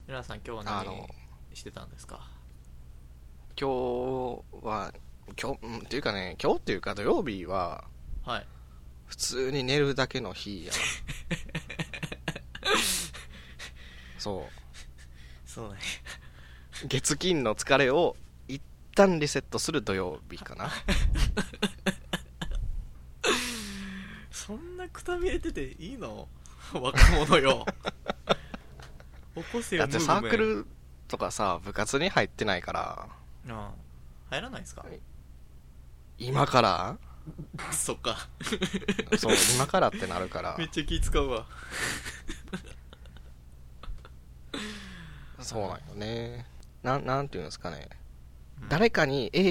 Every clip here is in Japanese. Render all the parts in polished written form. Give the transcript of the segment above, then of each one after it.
皆さん今日は何してたんですか？ 今日はっていうかね、今日っていうか土曜日ははい。 普通に寝るだけの日やわ。そそうね。 う、月金の疲れを一旦リセットする土曜日かな。 そんなくたびれてていいの？若者よ。起こせよ、 だってムーブメンサークルとかさ、部活に入ってないから。 ああ、入らないですか？ 今からそっか。 そう、今からってなるからめっちゃ気使うわ。 そうなんよね。なんていうんですかね、 うん、 誰か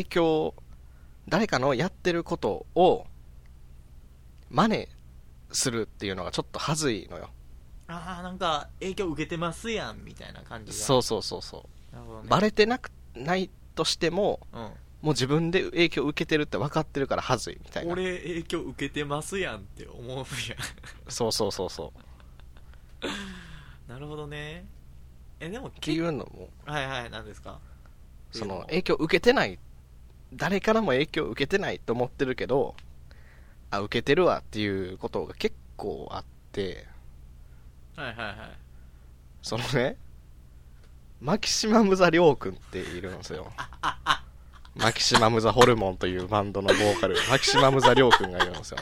のやってることを真似するっていうのがちょっと恥ずいのよ。 ああ、なんか影響受けてますやんみたいな感じが。 そうそうそうそう、 なるほどね。 バレてないとしても、 うん。 もう自分で影響を受けてるって分かってるから恥ずいみたいな。 俺影響受けてますやんって思うやん。 そうそうそうそう。 なるほどね。でもっていうのも、 はいはい、何ですか？ その影響を受けてない、誰からも影響を受けてないと思ってるけど、受けてるわっていうことが結構あって、 はいはいはい。 そのね、マキシマムザ・リョウ君っているんですよ。マキシマムザ・ホルモンというバンドのボーカル、マキシマムザ・リョウ君がいるんですよね。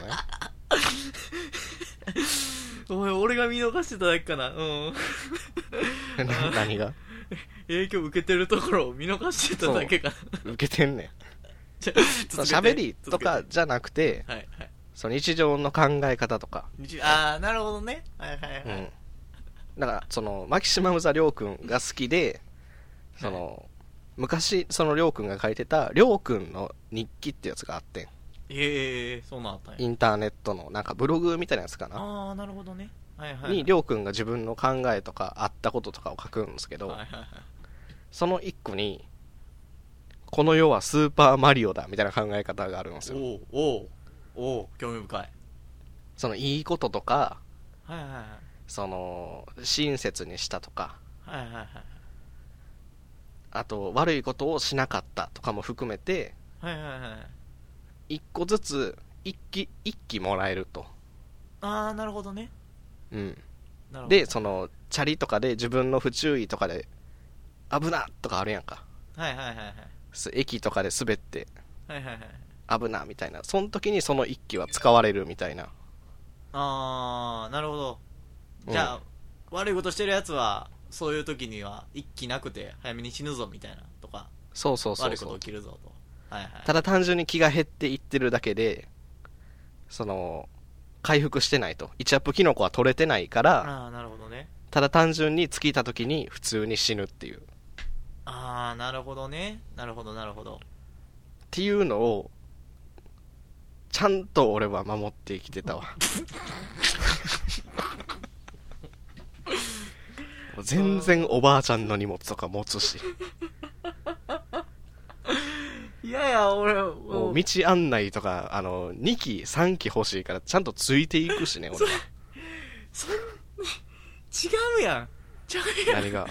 おい、俺が見逃してただけかな。うん。 何が影響受けてるところを見逃してただけかな。 受けてんねん。 じゃ喋りとかじゃなくて、 はいはい。 その日常の考え方とか、 ああ、なるほどね。はいはいはい。 うん、だからそのマキシマムザ・リョウ君が好きで、その、昔そのりょうくんが書いてたりょうくんの日記ってやつがあってん。 そうなんあったんや。 インターネットのなんかブログみたいなやつかな、 ああ、なるほどね。はいはい、はい。 にりょうくんが自分の考えとかあったこととかを書くんですけど、 はいはいはい。 その一個にこの世はスーパーマリオだみたいな考え方があるんですよ。 おうおうおう、興味深い。 そのいいこととか、 はいはいはい。 その親切にしたとか、 はいはいはい。 あと悪いことをしなかったとかも含めて、 はいはいはい。 一個ずつ一気もらえると。 ああ、なるほどね。 うん。 なるほど。 で、そのチャリとかで自分の不注意とかで危なとかあるやんか。 はいはいはいはい。 駅とかで滑ってはいはいはい。 危なみたいな、その時にその一気は使われるみたいな。 ああ、なるほど。じゃあ、悪いことしてるやつはそういう時には一気なくて早めに死ぬぞみたいなとか、 そうそうそう悪いこそう。 と起きるぞと。はいはい。 ただ単純に気が減っていってるだけで、その回復してないと、イチャップキノコは取れてないから、 ああ、なるほどね。 ただ単純に尽きた時に普通に死ぬっていう、っああ、なるほどね。なるほどなるほど。 ていうのをちゃんと俺は守って生きてたわ。全然おばあちゃんの荷物とか持つし、 いやいや、俺もう道案内とか2機3機欲しいからちゃんとついていくしね、俺は。 そん違うやん。ちゃうやん。 何が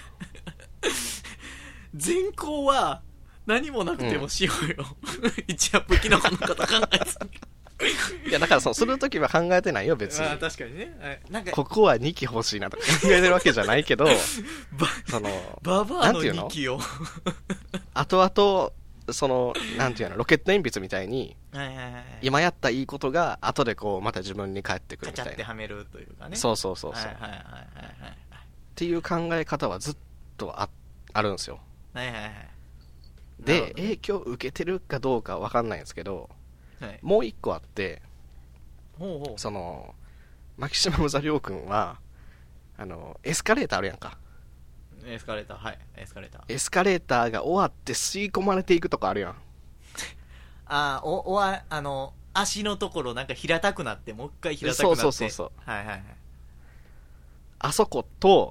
全校は何もなくてもしようよ。一アップキノコのこと考えずに。 いやだからするときは考えてないよ別に。 ああ、確かにね。はい、なんかここは2機欲しいなとか考えてるわけじゃないけど、そのババアの2機を。 後々そのなんていうの、ロケット鉛筆みたいにはいはいはい。 今やったいいことが後でこうまた自分に返ってくるカチャみたいな。 ってはめるというかね。 そうそうそうそう、 はいはいはいはいっていう考え方はずっとあるんですよ。 はいはいはい。 で、影響を受けてるかどうかは分かんないんですけど、 はい。 もう一個あって、 ほうほう。 そのマキシマムザリョウ君はエスカレーターあるやんか。 エスカレーター、はい、エスカレーター。 エスカレーターが終わって吸い込まれていくとこあるやん。 ああ、足のところなんか平たくなって、もう一回平たくなって。 そうそうそうそう。 はいはいはい。 あそこと、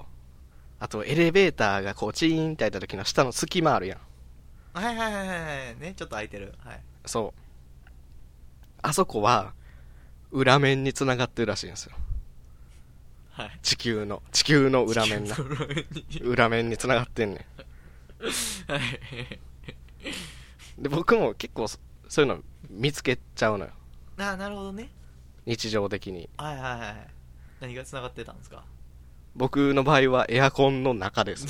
あとエレベーターがこうチーンって開いた時の下の隙間あるやん。 はいはいはいはいはい。ね、ちょっと空いてる。はい。 そう。あそこは裏面に繋がってるらしいんですよ。 はい、 地球の裏面な裏面に繋がってんねん。 はいで僕も結構そういうの見つけちゃうのよ。 なるほどね。 日常的に。 はいはいはい。何が繋がってたんですか？ 僕の場合はエアコンの中です。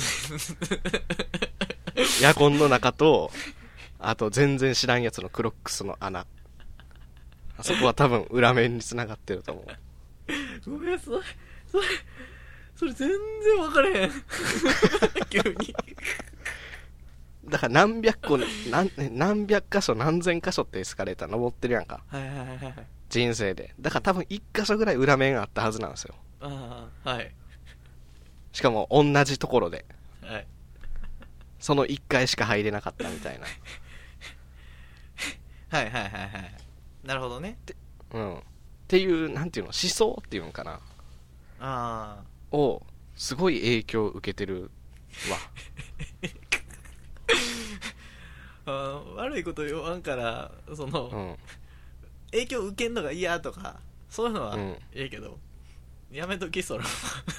エアコンの中と、あと全然知らんやつのクロックスの穴。あそこは多分裏面に繋がってると思う。 ごめん、それ全然分かれへん。急に。 だから何百箇所何千箇所ってエスカレーター登ってるやんか。 はいはいはいはい。 人生で。だから多分一箇所ぐらい裏面あったはずなんですよ。 ああ、はい。 しかも同じところで。 はい。 その一回しか入れなかったみたいな。 はいはいはいはい。なるほどね。 うん。っていう、なんていうの、思想っていうんかな。 あを、すごい影響を受けてるあ。悪いこと言わんから、その、 わ。うん。 影響受けんのが嫌とか、そういうのはうんええけど、やめとき、それは。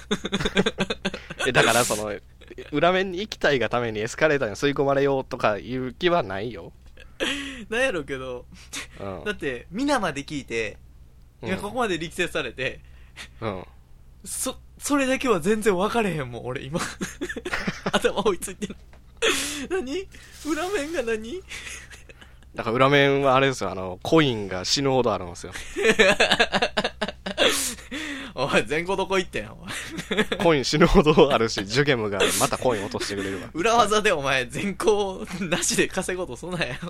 だからその、裏面に行きたいがためにエスカレーターに吸い込まれようとかいう気はないよ。 なんやろうけど、 うん。 だって皆まで聞いて、 うんいやここまで力説されて、 うん。 それだけは全然分かれへんもん俺今。頭追いついてる。何？裏面が何？ だから裏面はあれですよ、コインが死ぬほどあるんですよ。 お前全校どこ行ってんお前。 コイン死ぬほどあるし、ジュゲムがまたコイン落としてくれるわ。 裏技でお前全校なしで稼ごうとそんなんや。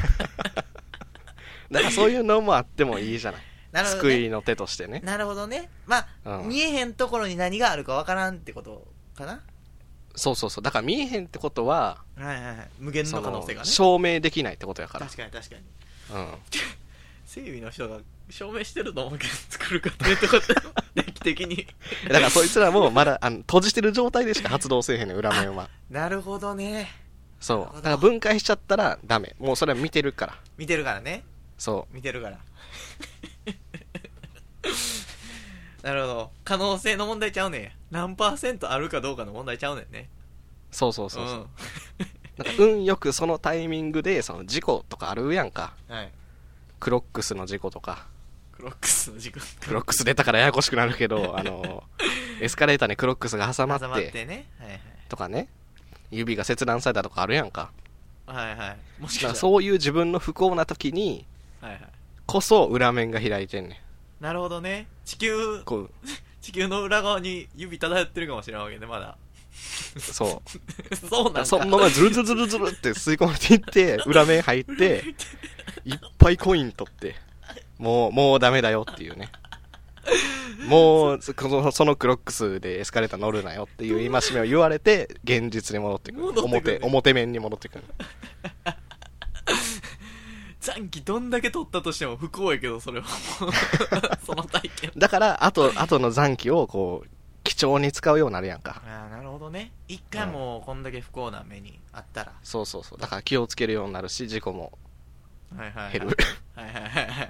だからそういうのもあってもいいじゃない。 なるほどね、 救いの手としてね。 なるほどね。まあ、 うん、 見えへんところに何があるかわからんってことかな。 そうそうそう。だから見えへんってことは、 はいはいはい。無限の可能性がね。 証明できないってことやから。 確かに確かに。 うん。 整備の人が証明してると思うけど、作る過程とかって、定期的に。 だからそいつらもまだ閉じてる状態でしか発動せえへんねん、裏面は。 なるほどね。 そう。だから分解しちゃったらダメ。もうそれは見てるから。 見てるからね。 そう。見てるから。なるほど。可能性の問題ちゃうねんや。何%あるかどうかの問題ちゃうねんね。 そうそうそうそう。なんか運よくそのタイミングでその事故とかあるやんか。 はい。 クロックスの事故とか。 クロックスの事故。 クロックス出たからややこしくなるけど、エスカレーターにクロックスが挟まって、 ね。はいはい。 とかね。指が切断されたとかあるやんか。 はいはい。もしかしたらそういう自分の不幸な時に、 はいはい。 こそ裏面が開いてんねん。 なるほどね。地球の裏側に指漂ってるかもしれんわけね、まだ。 そう。 そうなんだ。 そのままズルズルズルズルって吸い込まれていって、裏面入って、いっぱいコイン取って、もうダメだよっていうね。もう、そのクロックスでエスカレーター乗るなよっていう戒めを言われて、現実に戻ってくる。表面に戻ってくる。 残機どんだけ取ったとしても不幸やけど、それはもうその体験だから後の残機をこう貴重に使うようになるやんか。 ああ、なるほどね。一回もこんだけ不幸な目にあったら、 そうそうそう。だから気をつけるようになるし、事故もはいはいはい減る。 はいはいはいはい。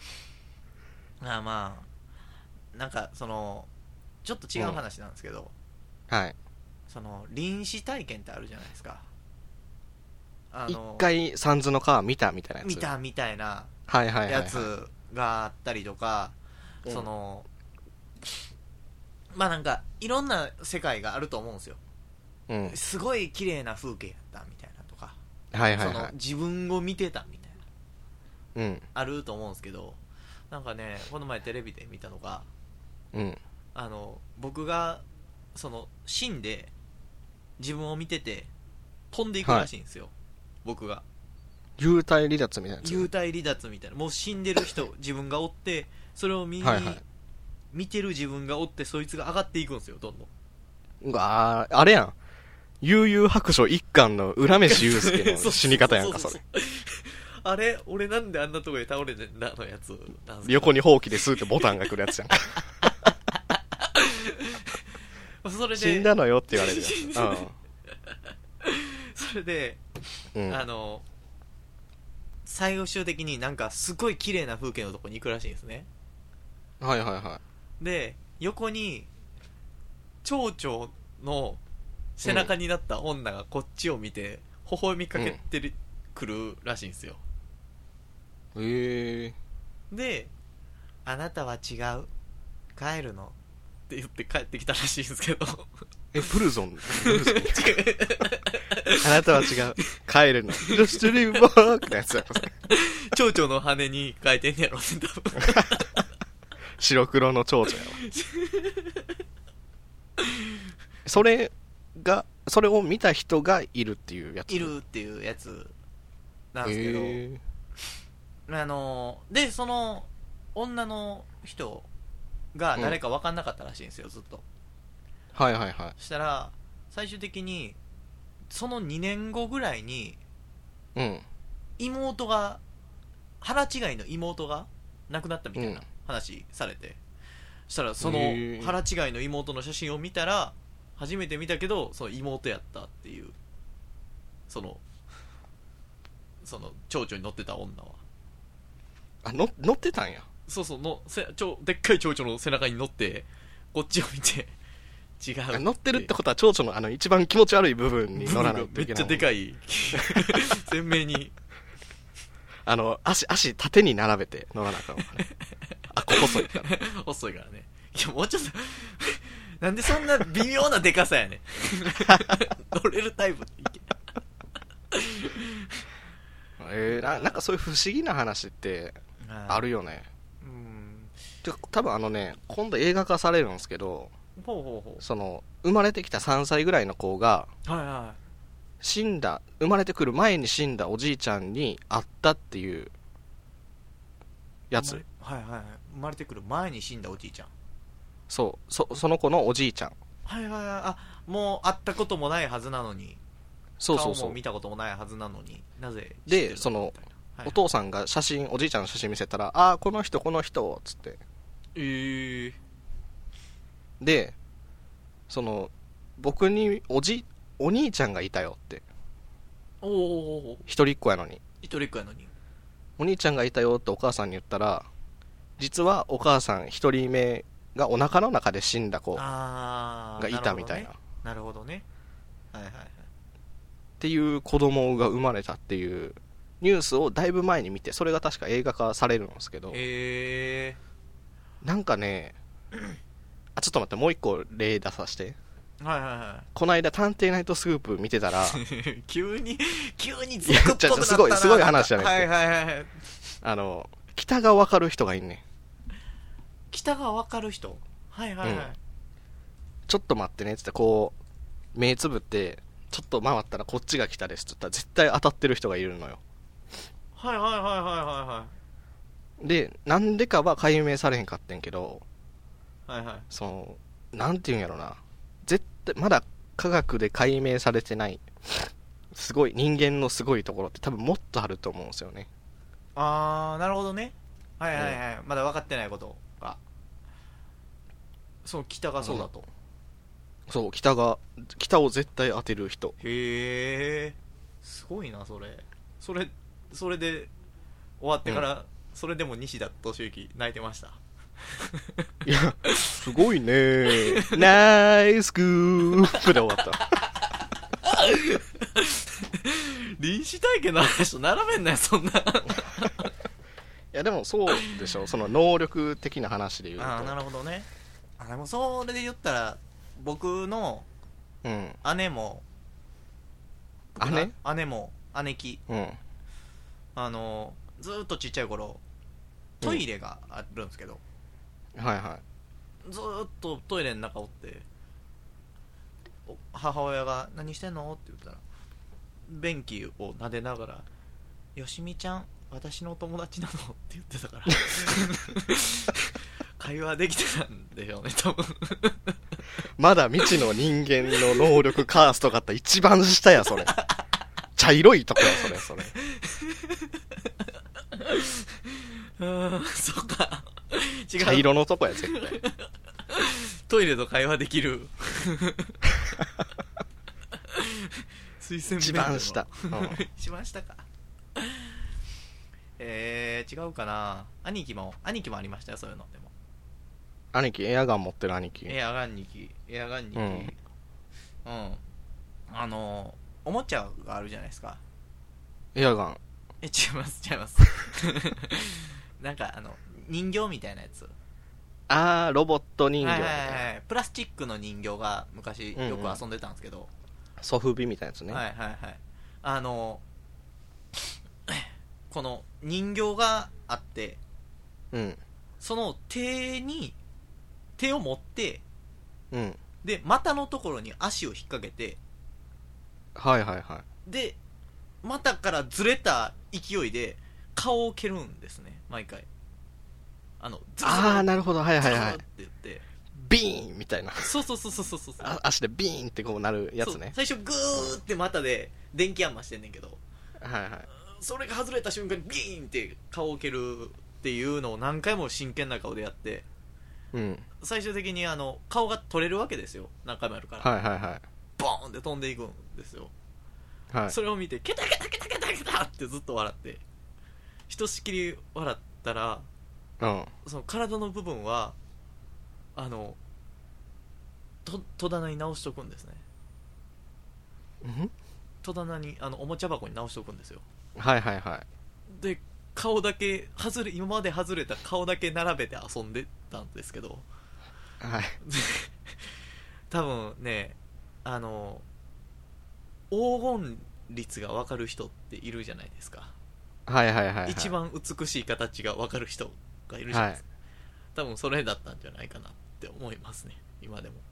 まあなんかそのちょっと違う話なんですけど、 はい。 その臨死体験ってあるじゃないですか。 一回サンズの川見たみたいなやつ。 見たみたいなはいはいはい、はい、 やつがあったりとか、そのまあなんかいろんな世界があると思うんですよ。 うん、 すごい綺麗な風景やったみたいなとか、 はいはいはい、 その自分を見てたみたいな、 うん、 あると思うんですけど、なんかね、この前テレビで見たのが、 うん、 僕がその死んで自分を見てて飛んでいくらしいんですよ、はい、僕が幽体離脱みたいなやつ。 幽体離脱みたいな、もう死んでる人自分がおって、それをはいはい、見てる自分がおって、そいつが上がっていくんですよ、どんどん。 うわあれやん、悠々白書一巻の浦飯祐介の死に方やんか。それあれ俺なんであんなとこで倒れてんだのやつなんすか。 横にほうきでスーってボタンが来るやつやんか。 それで死んだのよって言われるやつ、うん、 それで、 うん、 最終的になんかすごい綺麗な風景のとこに行くらしいんですね。 はいはいはい。 で横に蝶々の背中になった女がこっちを見て微笑みかけてる、くるらしいんですよ。で、あなたは違う、帰るのって言って帰ってきたらしいんですけどブルゾンあなたは違う、帰るの Just live back のやつやろそれ。 蝶々の羽に変えてんねやろね多分白黒の蝶々やわそれを見た人がいるっていうやつ。 いるっていうやつなんですけど、でその女の人が誰か分かんなかったらしいんですよ、ずっと。 はいはいはい。 そしたら最終的にその2年後ぐらいに妹が、腹違いの妹が亡くなったみたいな話されて、そしたらその腹違いの妹の写真を見たら、初めて見たけどその妹やったっていう、その蝶々に乗ってた女は乗ってたんや。 そうそうでっかい蝶々の背中に乗ってこっちを見て違う乗ってるってことは蝶々の一番気持ち悪い部分に乗らないといけない。 めっちゃでかい鮮明に足縦に並べて乗らなあかんわねあこ細いから細いからね。いやもうちょっとなんでそんな微妙なでかさやねん乗れるタイプっていけなんかそういう不思議な話ってあるよね。多分今度映画化されるんですけど、その生まれてきた3歳ぐらいの子が、生まれてくる前に死んだおじいちゃんに会ったっていうやつ。 生まれてくる前に死んだおじいちゃん。 その子のおじいちゃん。 もう会ったこともないはずなのに、顔も見たこともないはずなのに、なぜでお父さんがおじいちゃんの写真見せたら、この人っつって、で僕にお兄ちゃんがいたよって。一人っ子やのにお兄ちゃんがいたよってお母さんに言ったら、実はお母さん一人目がお腹の中で死んだ子がいたみたいな。 なるほどね。 っていう子供が生まれたっていうニュースをだいぶ前に見て、それが確か映画化されるんですけど、なんかねちょっと待って、もう一個例出させて。この間探偵ナイトスクープ見てたら急にゾクッとなったな。 すごい話じゃないですか。北が分かる人がいんねん。 北が分かる人。 ちょっと待ってねっつって目つぶってちょっと回ったらこっちが北ですって言ったら絶対当たってる人がいるのよ。でなんでかは解明されへんかってんけど、なんていうんやろな、絶対まだ科学で解明されてないすごい人間のすごいところって多分もっとあると思うんですよね。 なるほどね。まだ分かってないことが、北がそうだと。 北を絶対当てる人。 すごいなそれで終わってから、それでも西田敏行泣いてました。 いやすごいねナイスクープで終わった臨死体験の話と並べんなよそんな。いやでもそうでしょ、その能力的な話で言うと。 なるほどね。でもそれで言ったら僕の姉も、姉貴、ずーっとちっちゃい頃トイレがあるんですけど、ずーっとトイレの中おって、母親が何してんのって言ったら、便器を撫でながら、よしみちゃん私の友達なのって言ってたから会話できてたんでしょうね多分。 まだ未知の人間の能力カーストがあった一番下やそれ。茶色いとこやそれそうか、違う、 茶色のとこや絶対。 トイレと会話できる推薦一番下、 一番下か。違うかな。兄貴もありましたよそういうの。でも兄貴、エアガン持ってる兄貴。 エアガン2機おもちゃがあるじゃないですか。 エアガン。 違いますなんか人形みたいなやつ。 ロボット人形みたいな、 プラスチックの人形が昔よく遊んでたんですけど、 ソフビみたいなやつね。 この人形があって、その手を持って、で股のところに足を引っ掛けて、で股からずれた勢いで顔を蹴るんですね、毎回。 なるほど、って言ってビーンみたいな。 そう足でビーンってこうなるやつね。 最初グーって股で電気あんましてんねんけど、それが外れた瞬間にビーンって顔を蹴るっていうのを何回も真剣な顔でやって、最終的に顔が取れるわけですよ、何回もやるから。ボーンって飛んでいくんですよ。それを見てケタケタケタケタケタってずっと笑って、ひとしきり笑ったら、その体の部分は戸棚に直しとくんですね。戸棚におもちゃ箱に直しとくんですよ。で顔だけ今まで外れた顔だけ並べて遊んでたんですけど、多分ね、黄金率が分かる人っているじゃないですか。一番美しい形が分かる人がいるじゃないですか。多分それだったんじゃないかなって思いますね、今でも。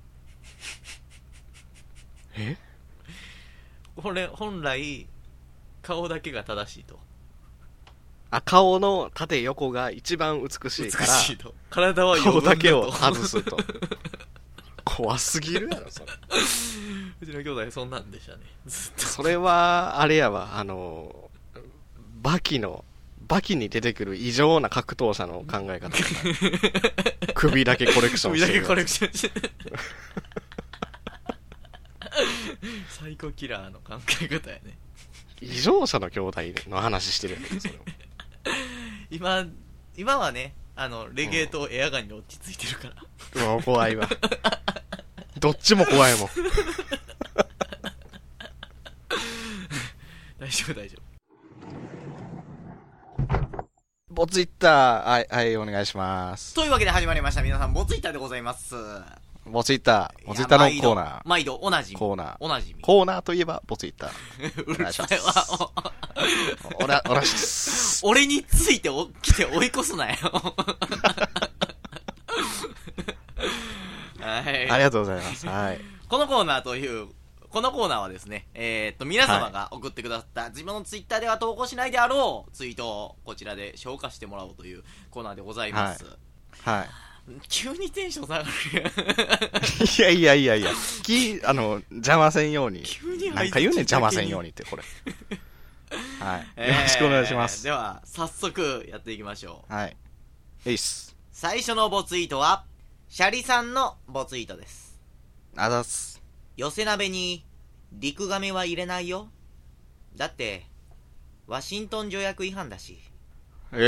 本来顔だけが正しいと。 顔の縦横が一番美しいから体は顔だけを外すと。怖すぎるやろそれ。 うちの兄弟そんなんでしたね、ずっと。 それはあれやわ、バキに出てくる異常な格闘者の考え方。首だけコレクションしてる。 サイコキラーの考え方やね。 異常者の兄弟の話してるやんけど、それは。 今はね、レゲエとエアガンに落ち着いてるから。 もう怖いわ。どっちも怖いもん。 大丈夫。 ボツイッター、はい、お願いします。 というわけで始まりました。皆さん、ボツイッターでございます。 ボツイッターのコーナー。 毎度おなじみ。 コーナーといえば、ボツイッター。 うるさいわ。 お願いします。 俺について来て追い越すなよ。 ありがとうございます。 このコーナーはですね、皆様が送ってくださった自分のツイッターでは投稿しないであろうツイートをこちらで消化してもらおうというコーナーでございます。急にテンション下がる。 いや。邪魔せんように。 急になんか言うね、邪魔せんようにって、これ。よろしくお願いします。 では、早速やっていきましょう。 最初のボツイートは、シャリさんのボツイートです。 あざっす。 寄せ鍋に、リクガメは入れないよ。だって、ワシントン条約違反だし。盛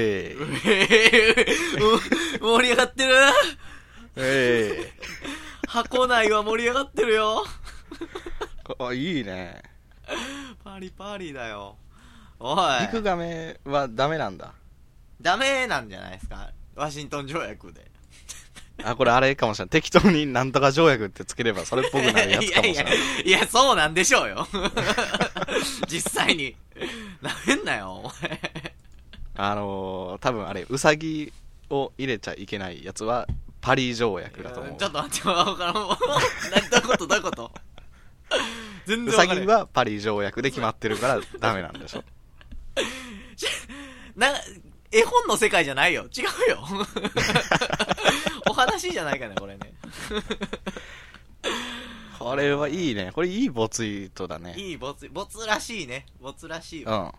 り上がってる。箱内は盛り上がってるよ。 いいね。 パリパリだよ。おい。 リクガメはダメなんだ。 ダメなんじゃないですか、ワシントン条約で。 これあれかもしれない。適当になんとか条約ってつければそれっぽくなるやつかもしれない。 いや、そうなんでしょうよ。実際に。なめんなよ、お前。 多分あれ、ウサギを入れちゃいけないやつは、パリ条約だと思う。 ちょっと待って、わからん。どういうこと全然ウサギはパリ条約で決まってるからダメなんでしょ。 絵本の世界じゃないよ。違うよ。お話じゃないかね、これね。 これはいいね。これいいボツイートだね。 いいボツらしいね。ボツらしいわ。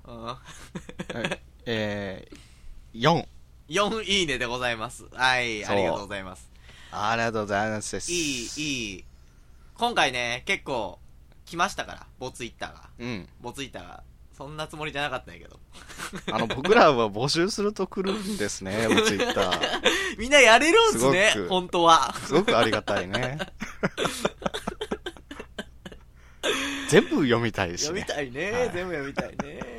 4 いいねでございます。はい、ありがとうございます。 ありがとうございます。 いい。今回ね、結構来ましたから、ボツイッターが。ボツイッターがそんなつもりじゃなかったんやけど。 僕らは募集すると来るんですね、ツイッター。 みんなやれるんすね、 すごく本当は。 すごくありがたいね。全部読みたいし読みね。 たいね、 はい全部読みたいね。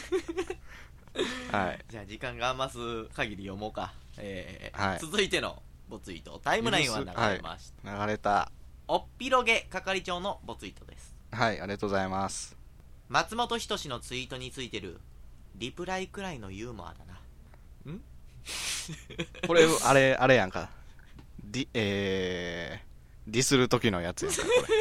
はい。 じゃあ時間が余す限り読もうか。 はい続いてのボツイート、タイムラインは流れました。 流れた。 おっぴろげ係長のボツイートです。 はい、ありがとうございます。 松本人志のツイートについてるリプライくらいのユーモアだな。 これ、あれやんか。ディスる時のやつやんか、これ。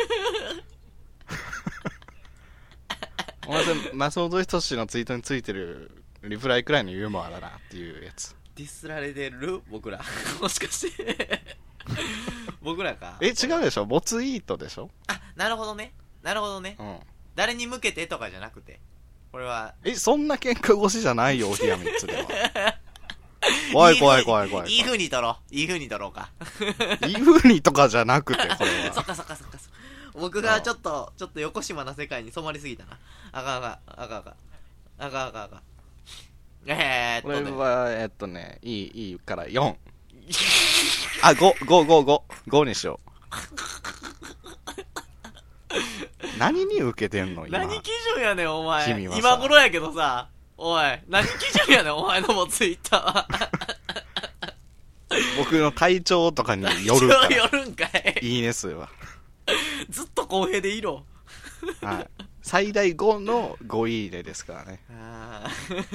お前それ松本人志のツイートについてるリプライくらいのユーモアだなっていうやつ。 ディスられてる僕ら。もしかして僕らか。 違うでしょ、ボツイートでしょ。 あ、なるほどね。なるほどね。 うん。 誰に向けてとかじゃなくて、これはそんな喧嘩腰じゃないよ、お冷や3つでは。怖い怖い怖い怖い。 いい風に取ろう。いい風に取ろうか。 いい風にとかじゃなくて、これは。 そっかそっかそっか。僕がちょっと横島な世界に染まりすぎたな。あかんあかんあかんあかんあかんあかんあかん。 これはいいから4。あ、5にしよう。何に受けてんの今。 何基準やねんお前。 君はさ今頃やけどさ、おい何基準やねんお前のもツイッターは。 僕の体調とかによるから。 よるんかい。 いいね数は。 ずっと公平でいろ。 はい。最大5の5いいねですからね。 あ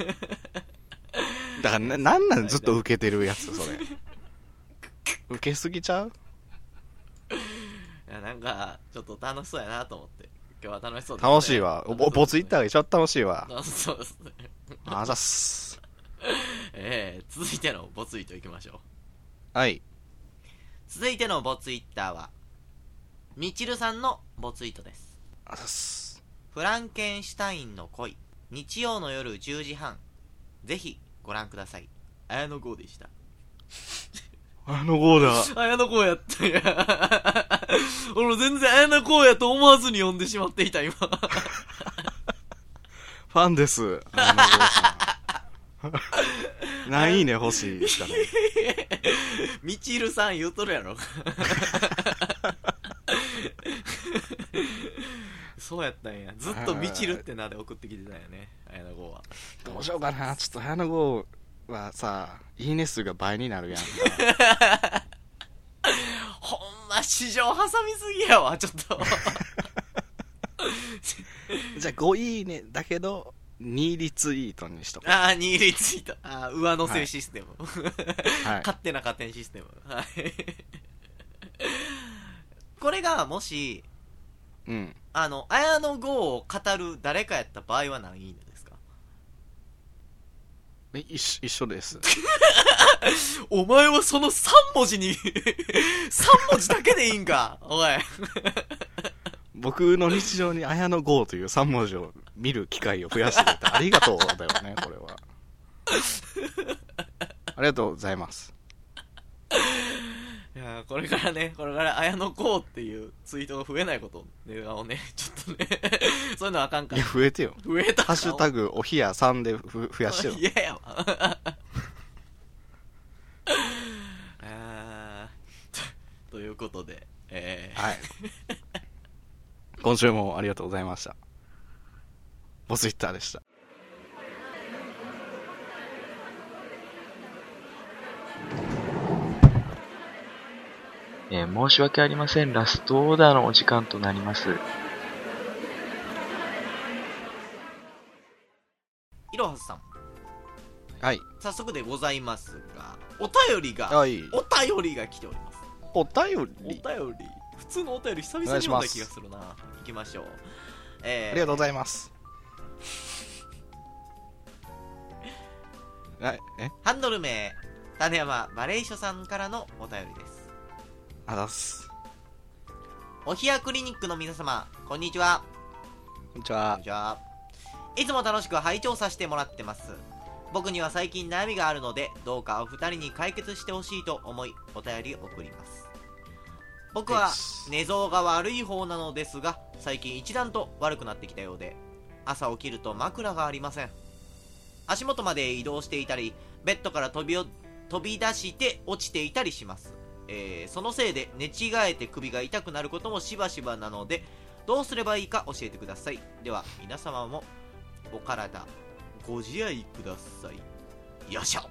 だからなんなんずっと受けてるやつそれ。受けすぎちゃう？ いやなんかちょっと楽しそうやなと思って今日は楽しそうです、 ね、楽しいわ。ボツイッターが一番楽しいわ。 そうですね。 あざっす。 続いてのボツイートいきましょう。 はい。 続いてのボツイッターはみちるさんのボツイートです。 あざっす。 フランケンシュタインの恋、日曜の夜10時半、ぜひご覧ください。綾野剛でした。 綾野剛だ。 綾野剛やったんや。俺全然綾野剛やと思わずに読んでしまっていた今。ファンです。綾野剛さん。何いいね欲しいですかね。 みちるさん言うとるやろ。そうやったんや。ずっとみちるって名で送ってきてたんやね、綾野剛は。 どうしようかな。ちょっと綾野剛はさ、いいね数が倍になるやんか。 ほんま市場挟みすぎやわ、ちょっと。 じゃあ5いいねだけど2リツイートにしとこう。 ああ、2リツイート。ああ、上乗せシステム。 はい、 勝手な加点システム。はい。これがもし、 うん。 綾野剛を語る誰かやった場合は何いいのですか？ 一緒です。 お前はその3文字に、3文字だけでいいんかおい。 僕の日常に綾野剛という3文字を見る機会を増やしてくれてありがとうだよね、これは。ありがとうございます。 いやこれから綾野剛っていうツイートが増えないことを願おうね。ちょっとねそういうのあかんから。 いや増えてよ。 増えた。 ハッシュタグおひや3で増やしてよ。 嫌やわ。ということで、 はい。今週もありがとうございました。ボツイッターでした。 申し訳ありません。ラストオーダーのお時間となります。 いろはすさん。 はい。 早速でございますが、お便りが来ております。 お便り普通のお便り久々に読んだ気がするな。行きましょう。 ありがとうございます。 ハンドル名、種山バレイショさんからのお便りです。 あざっす。 おひやクリニックの皆様、こんにちは。 こんにちは。 いつも楽しく拝聴させてもらってます。僕には最近悩みがあるので、どうかお二人に解決してほしいと思い、お便り送ります。僕は寝相が悪い方なのですが、最近一段と悪くなってきたようで、 朝起きると枕がありません。足元まで移動していたり、ベッドから飛び出して落ちていたりします。そのせいで寝違えて首が痛くなることもしばしばなので、どうすればいいか教えてください。では皆様もお体ご自愛ください。よっしゃという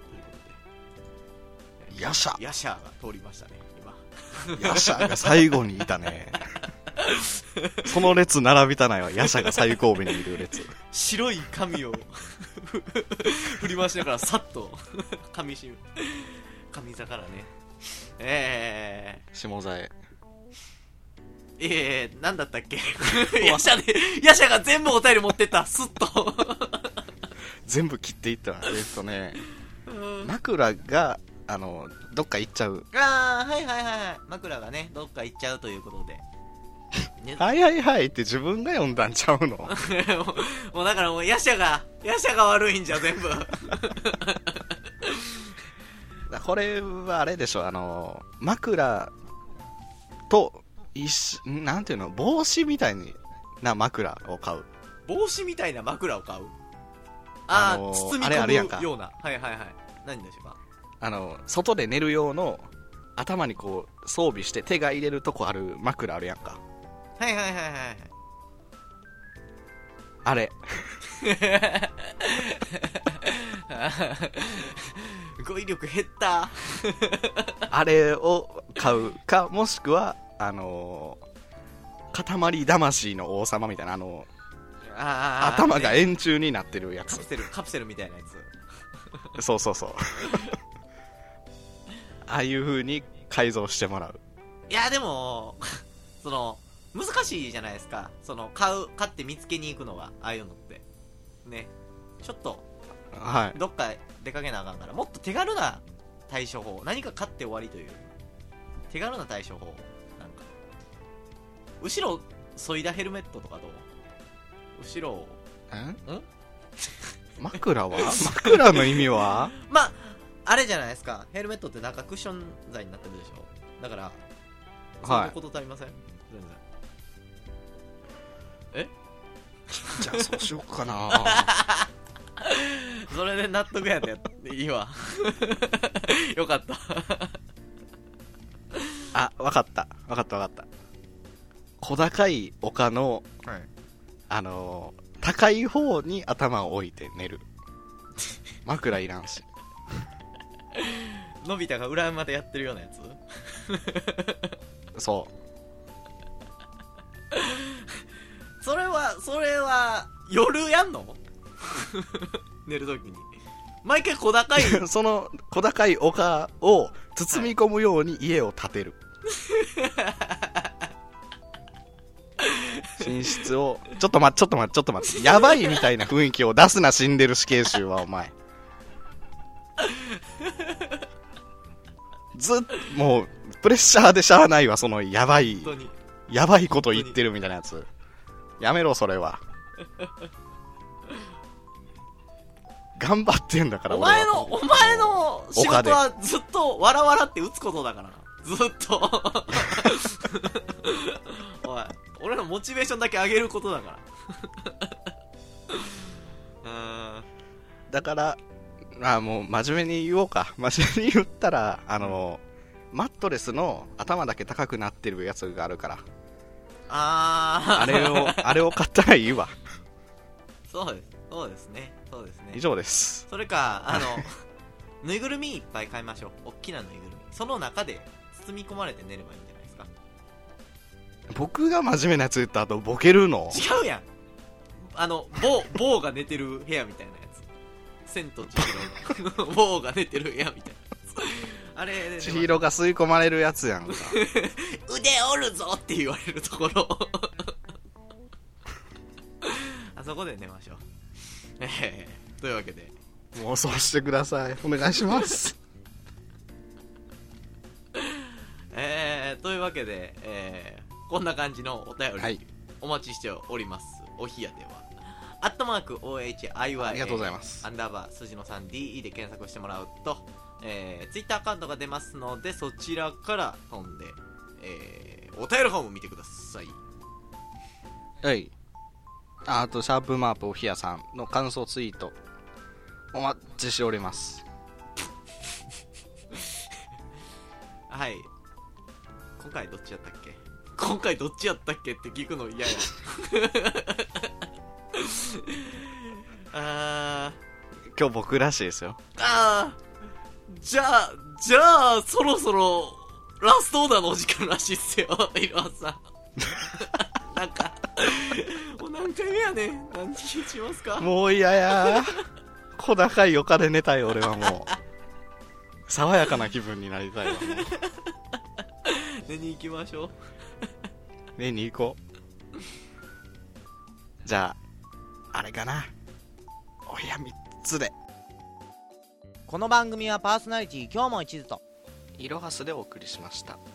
ことで、 ヤシャヤシャが通りましたねヤシャが最後にいたね。その列並びたないわ。ヤシャが最後尾にいる列。 白い髪を振り回しながらさっと上座からね、 下座へ。 なんだったっけヤシャが全部お便り持ってったスッと全部切っていったな。枕がどっか行っちゃう。 はい枕がねどっか行っちゃうということではいはいはいって自分が読んだんちゃうのもうだからもうヤシャが悪いんじゃ全部これはあれでしょ、枕となんていうの、帽子みたいな枕を買う。 帽子みたいな枕を買う。包みあれあるやんか込むような。はい何でしょうか。 外で寝る用の頭にこう装備して手が入れるとこある枕あるやんか。 はいあれ語彙力減ったあれを買うか、もしくは塊魂の王様みたいな頭が円柱になってるやつ、 カプセルみたいなやつそうああいう風に改造してもらう。 いやでもその難しいじゃないですか、その買って見つけに行くのが、ああいうのってね、ちょっとはいどっか出かけなあかんから、もっと手軽な対処法、何か買って終わりという手軽な対処法、なんか後ろ削いだヘルメットとかどう？後ろを枕の意味はまああれじゃないですか、ヘルメットって中クッション材になってるでしょ、だからそういうこと足りません、全然じゃあそうしようかなそれで納得やっていいわよかったわかった小高い丘の、高い方に頭を置いて寝る枕いらんしのび太が裏までやってるようなやつそれは夜やんの寝るときに毎回小高いその小高い丘を包み込むように家を建てる、寝室をちょっと待ってやばいみたいな雰囲気を出すな、死んでる死刑囚はお前もうプレッシャーでしゃあないわ、そのやばいこと言ってるみたいなやつやめろ、それは頑張ってんだから。 お前の仕事はずっとわらわらって打つことだからな、ずっとおい、俺のモチベーションだけ上げることだからだからもう真面目に言おうか。真面目に言ったらマットレスの頭だけ高くなってるやつがあるから、あれを買ったらいいわ。 そうですね以上です。 それかぬいぐるみいっぱい買いましょう。大きなぬいぐるみ、その中で包み込まれて寝ればいいんじゃないですか。 僕が真面目なやつ言った後ボケるの違うやん、坊が寝てる部屋みたいなやつ、千と千尋の坊が寝てる部屋みたいなあれで千尋が吸い込まれるやつやんか腕折るぞって言われるところあそこで寝ましょう。というわけで妄想してください、お願いしますというわけで、こんな感じのお便り、お待ちしております。おひやでは@OHIY ありがとうございます _数字の 3DE で検索してもらうと、ツイッターアカウントが出ますので、そちらから飛んで、お便りフォーム見てください。 はい。 あとシャープマープおひやさんの感想ツイートお待ちしております。 はい。今回どっちやったっけって聞くの嫌や。 今日僕らしいですよ。 じゃあそろそろラストオーダーのお時間らしいっすよ。いろはさん。なんかもう何回目やねん。何にしますか。 もう嫌や小高い床で寝たい。俺はもう爽やかな気分になりたいわ。もう寝に行きましょう。 寝に行こう。じゃああれかな、お部屋3つで。 この番組はパーソナリティ今日も一途といろはすでお送りしました。